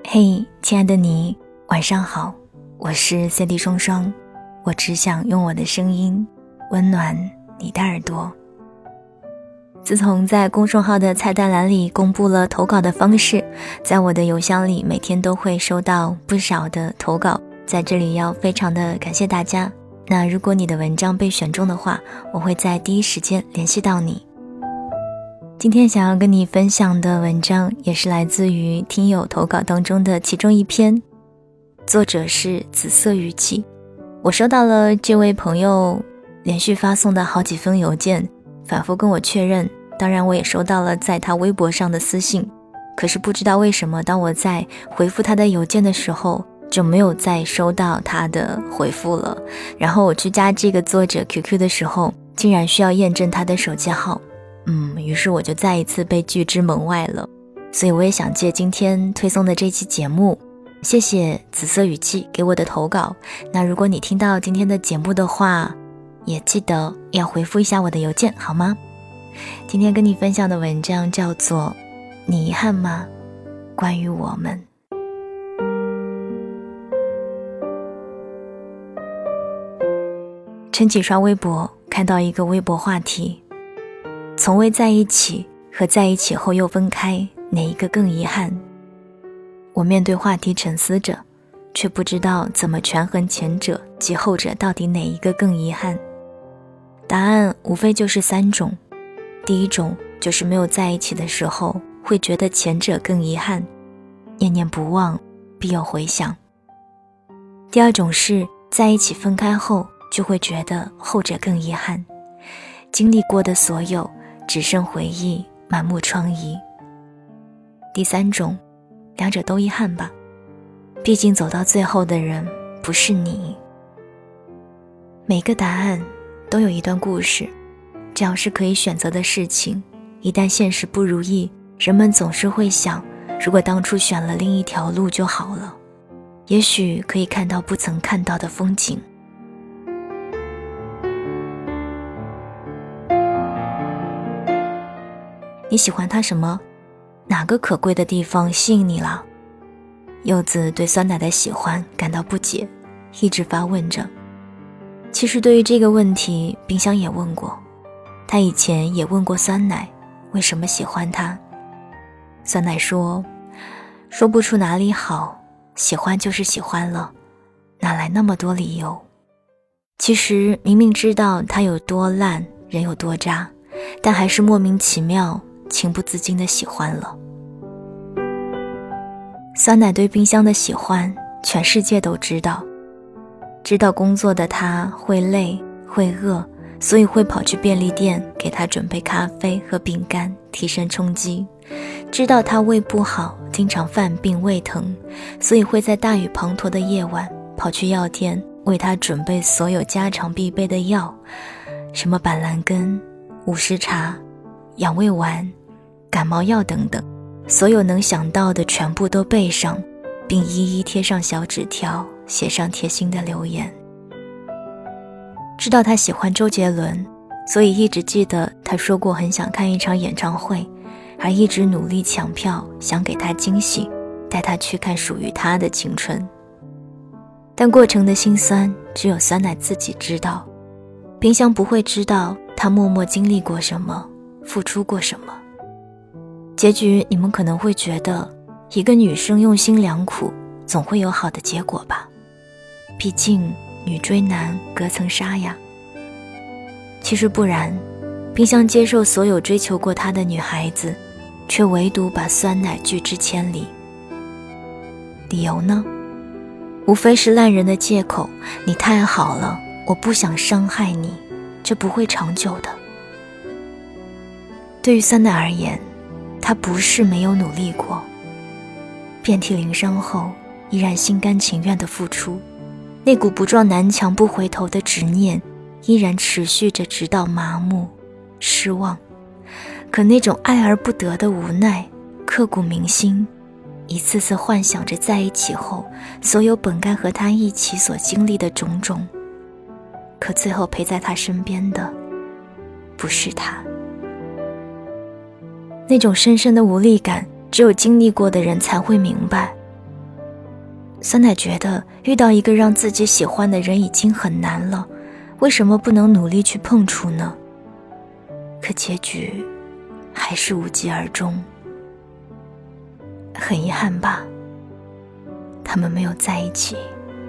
嘿，亲爱的你，晚上好，我是 CD 双双，我只想用我的声音温暖你的耳朵。自从在公众号的菜单栏里公布了投稿的方式，在我的邮箱里每天都会收到不少的投稿，在这里要非常的感谢大家。那如果你的文章被选中的话，我会在第一时间联系到你。今天想要跟你分享的文章也是来自于听友投稿当中的其中一篇，作者是紫色雨季。我收到了这位朋友连续发送的好几封邮件，反复跟我确认，当然我也收到了在他微博上的私信，可是不知道为什么当我在回复他的邮件的时候就没有再收到他的回复了，然后我去加这个作者 QQ 的时候竟然需要验证他的手机号，于是我就再一次被拒之门外了。所以我也想借今天推送的这期节目，谢谢紫色雨季给我的投稿。那如果你听到今天的节目的话，也记得要回复一下我的邮件好吗？今天跟你分享的文章叫做你遗憾吗？关于我们。晨起刷微博，看到一个微博话题，从未在一起和在一起后又分开，哪一个更遗憾？我面对话题沉思着，却不知道怎么权衡前者及后者到底哪一个更遗憾。答案无非就是3种。第一种就是没有在一起的时候会觉得前者更遗憾，念念不忘必有回响。第二种是在一起分开后就会觉得后者更遗憾，经历过的所有只剩回忆，满目疮痍。第三种，两者都遗憾吧，毕竟走到最后的人不是你。每个答案都有一段故事，只要是可以选择的事情，一旦现实不如意，人们总是会想，如果当初选了另一条路就好了，也许可以看到不曾看到的风景。你喜欢他什么？哪个可贵的地方吸引你了？柚子对酸奶的喜欢感到不解，一直发问着。其实对于这个问题，冰箱也问过，他以前也问过酸奶为什么喜欢他。酸奶说不出哪里好，喜欢就是喜欢了，哪来那么多理由？其实明明知道他有多烂，人有多渣，但还是莫名其妙情不自禁地喜欢了。酸奶对冰箱的喜欢全世界都知道，知道工作的他会累会饿，所以会跑去便利店给他准备咖啡和饼干提神充饥，知道他胃不好经常犯病胃疼，所以会在大雨滂沱的夜晚跑去药店为他准备所有家常必备的药，什么板蓝根、五石茶、养胃丸、感冒药等等，所有能想到的全部都备上，并一一贴上小纸条，写上贴心的留言。知道他喜欢周杰伦，所以一直记得他说过很想看一场演唱会，还一直努力抢票，想给他惊喜，带他去看属于他的青春。但过程的辛酸只有酸奶自己知道，冰箱不会知道他默默经历过什么，付出过什么。结局你们可能会觉得，一个女生用心良苦，总会有好的结果吧，毕竟女追男隔层纱呀。其实不然，冰箱接受所有追求过她的女孩子，却唯独把酸奶拒之千里。理由呢？无非是烂人的借口，你太好了，我不想伤害你，这不会长久的。对于酸奶而言，他不是没有努力过，遍体鳞伤后依然心甘情愿地付出，那股不撞南墙不回头的执念依然持续着，直到麻木失望。可那种爱而不得的无奈刻骨铭心，一次次幻想着在一起后所有本该和他一起所经历的种种，可最后陪在他身边的不是他。那种深深的无力感，只有经历过的人才会明白， 酸奶觉得遇到一个让自己喜欢的人已经很难了，为什么不能努力去碰触呢？可结局还是无疾而终。很遗憾吧，他们没有在一起。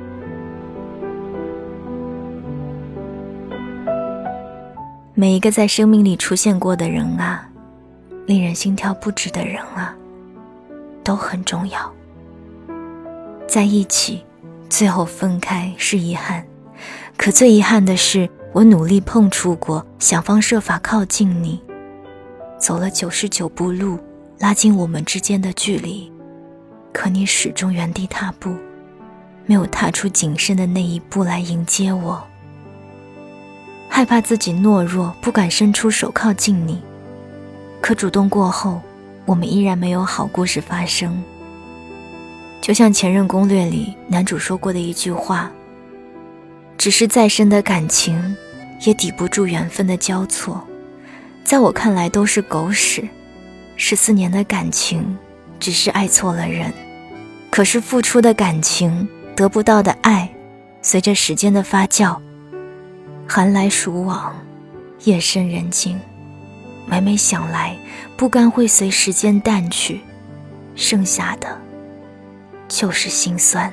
每一个在生命里出现过的人啊，令人心跳不止的人啊，都很重要。在一起，最后分开是遗憾，可最遗憾的是，我努力碰触过，想方设法靠近你，走了99步路，拉近我们之间的距离，可你始终原地踏步，没有踏出谨慎的那一步来迎接我。害怕自己懦弱，不敢伸出手靠近你，可主动过后，我们依然没有好故事发生。就像《前任攻略》里男主说过的一句话，只是再深的感情也抵不住缘分的交错，在我看来都是狗屎。14年的感情只是爱错了人，可是付出的感情，得不到的爱，随着时间的发酵，寒来暑往，夜深人静，每每想来，不甘会随时间淡去，剩下的就是心酸。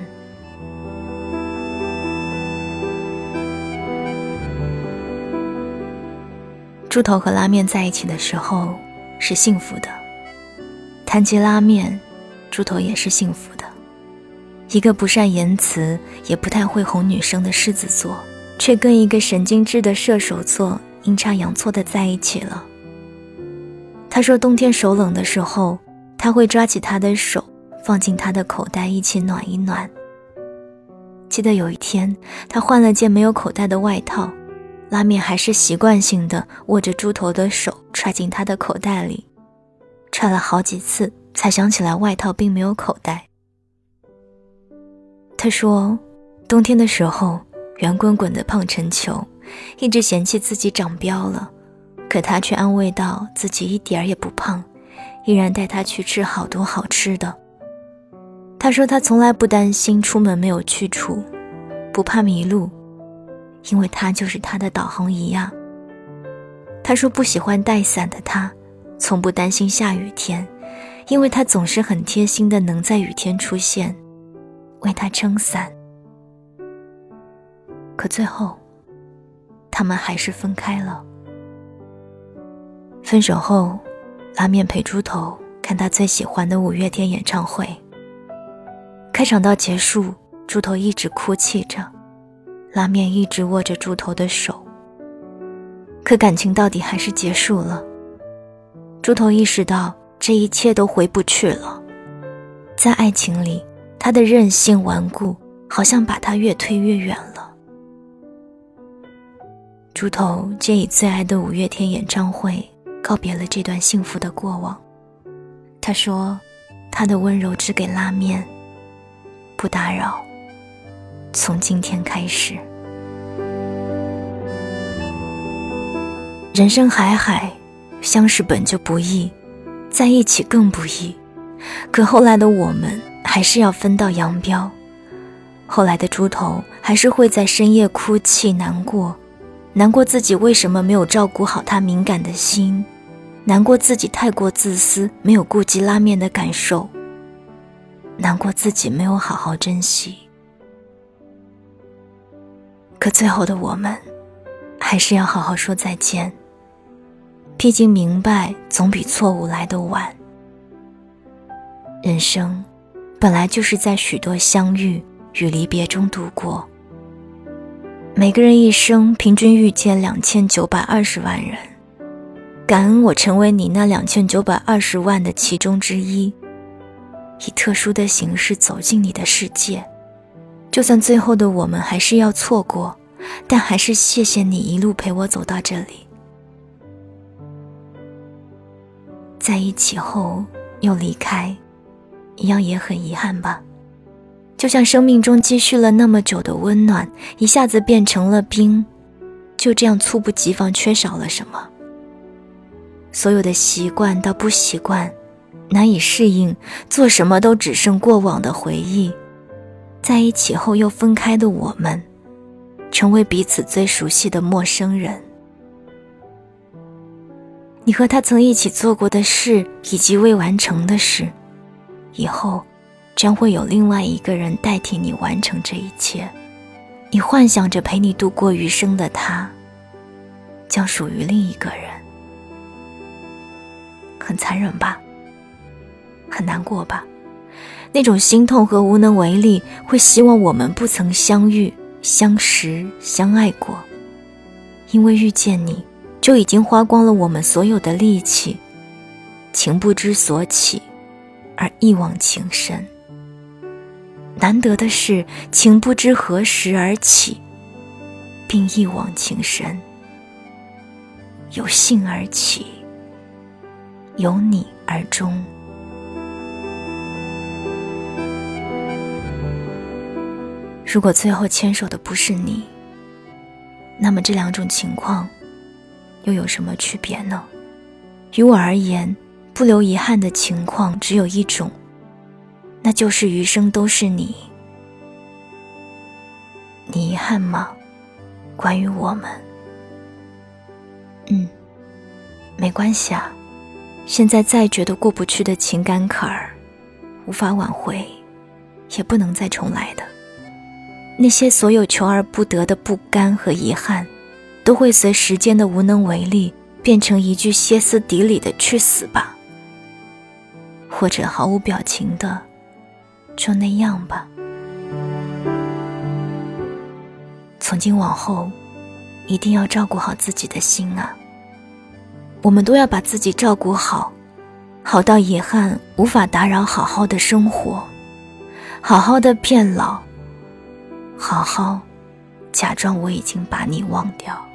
猪头和拉面在一起的时候是幸福的，谈及拉面，猪头也是幸福的。一个不善言辞，也不太会哄女生的狮子座，却跟一个神经质的射手座阴差阳错的在一起了。他说冬天手冷的时候，他会抓起他的手放进他的口袋一起暖一暖。记得有一天他换了件没有口袋的外套，拉面还是习惯性的握着猪头的手揣进他的口袋里，揣了好几次才想起来外套并没有口袋。他说冬天的时候圆滚滚的胖成球，一直嫌弃自己长膘了，可他却安慰到自己一点儿也不胖，依然带他去吃好多好吃的。他说他从来不担心出门没有去处，不怕迷路，因为他就是他的导航仪啊。他说不喜欢带伞的他，从不担心下雨天，因为他总是很贴心的能在雨天出现，为他撑伞。可最后他们还是分开了。分手后，拉面陪猪头看他最喜欢的5月天演唱会。开场到结束，猪头一直哭泣着，拉面一直握着猪头的手。可感情到底还是结束了。猪头意识到这一切都回不去了。在爱情里，他的任性顽固好像把他越推越远了。猪头借以最爱的5月天演唱会告别了这段幸福的过往。他说他的温柔只给拉面，不打扰，从今天开始。人生海海，相识本就不易，在一起更不易。可后来的我们还是要分道扬镳。后来的猪头还是会在深夜哭泣难过自己为什么没有照顾好他敏感的心，难过自己太过自私，没有顾及拉面的感受，难过自己没有好好珍惜。可最后的我们还是要好好说再见，毕竟明白总比错误来得晚。人生本来就是在许多相遇与离别中度过，每个人一生平均遇见2920万人，感恩我成为你那2920万的其中之一，以特殊的形式走进你的世界。就算最后的我们还是要错过，但还是谢谢你一路陪我走到这里。在一起后又离开，一样也很遗憾吧。就像生命中积蓄了那么久的温暖，一下子变成了冰，就这样猝不及防缺少了什么。所有的习惯到不习惯，难以适应，做什么都只剩过往的回忆。 在一起后又分开的我们，成为彼此最熟悉的陌生人。你和他曾一起做过的事以及未完成的事，以后将会有另外一个人代替你完成这一切。你幻想着陪你度过余生的他，将属于另一个人。很残忍吧？很难过吧？那种心痛和无能为力，会希望我们不曾相遇、相识、相爱过，因为遇见你就已经花光了我们所有的力气，情不知所起，而一往情深。难得的是，情不知何时而起，并一往情深。由兴而起，由你而终。如果最后牵手的不是你，那么这两种情况又有什么区别呢？于我而言，不留遗憾的情况只有一种，那就是余生都是你。你遗憾吗？关于我们，没关系啊。现在再觉得过不去的情感坎儿，无法挽回，也不能再重来的。那些所有求而不得的不甘和遗憾，都会随时间的无能为力，变成一句歇斯底里的去死吧，或者毫无表情的就那样吧。从今往后，一定要照顾好自己的心啊！我们都要把自己照顾好，好到遗憾无法打扰好好的生活，好好的变老，好好假装我已经把你忘掉。